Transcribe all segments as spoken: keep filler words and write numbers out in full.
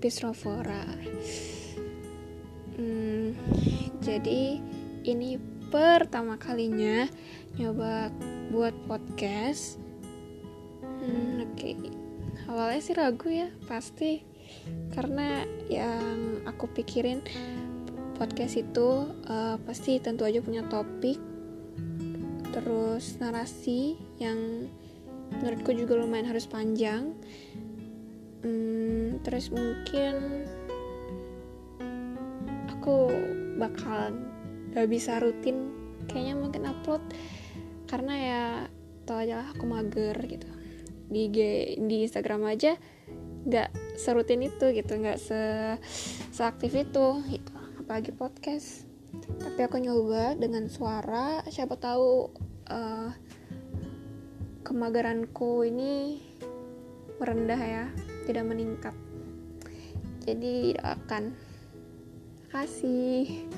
Epistropora. Hmm, jadi ini pertama kalinya nyoba buat podcast. Hmm, Oke, okay. Awalnya sih ragu ya, pasti karena yang aku pikirin podcast itu uh, pasti tentu aja punya topik, terus narasi yang menurutku juga lumayan harus panjang. Hmm, terus mungkin aku bakal gak bisa rutin kayaknya mungkin upload karena ya tau aja lah aku mager gitu di G, di Instagram aja gak serutin itu gitu, gak se seaktif itu gitu, apalagi podcast. Tapi aku nyoba dengan suara, siapa tahu uh, kemageranku ini merendah ya, tidak meningkat. Jadi doakan. Kasih.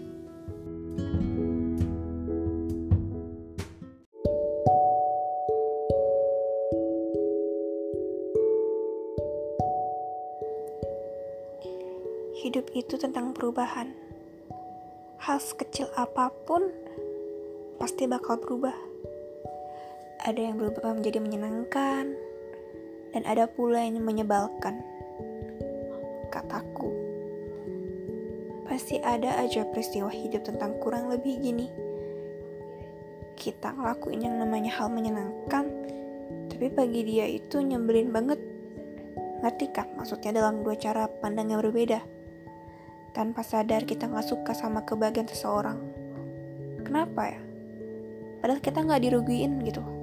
Hidup itu tentang perubahan. Hal sekecil apapun pasti bakal berubah. Ada yang berubah menjadi menyenangkan, dan ada pula yang menyebalkan. Kataku, pasti ada aja peristiwa hidup tentang kurang lebih gini. Kita ngelakuin yang namanya hal menyenangkan, tapi bagi dia itu nyebelin banget. Ngerti kan maksudnya dalam dua cara pandang yang berbeda? Tanpa sadar kita gak suka sama kebahagiaan seseorang. Kenapa ya? Padahal kita gak dirugiin gitu.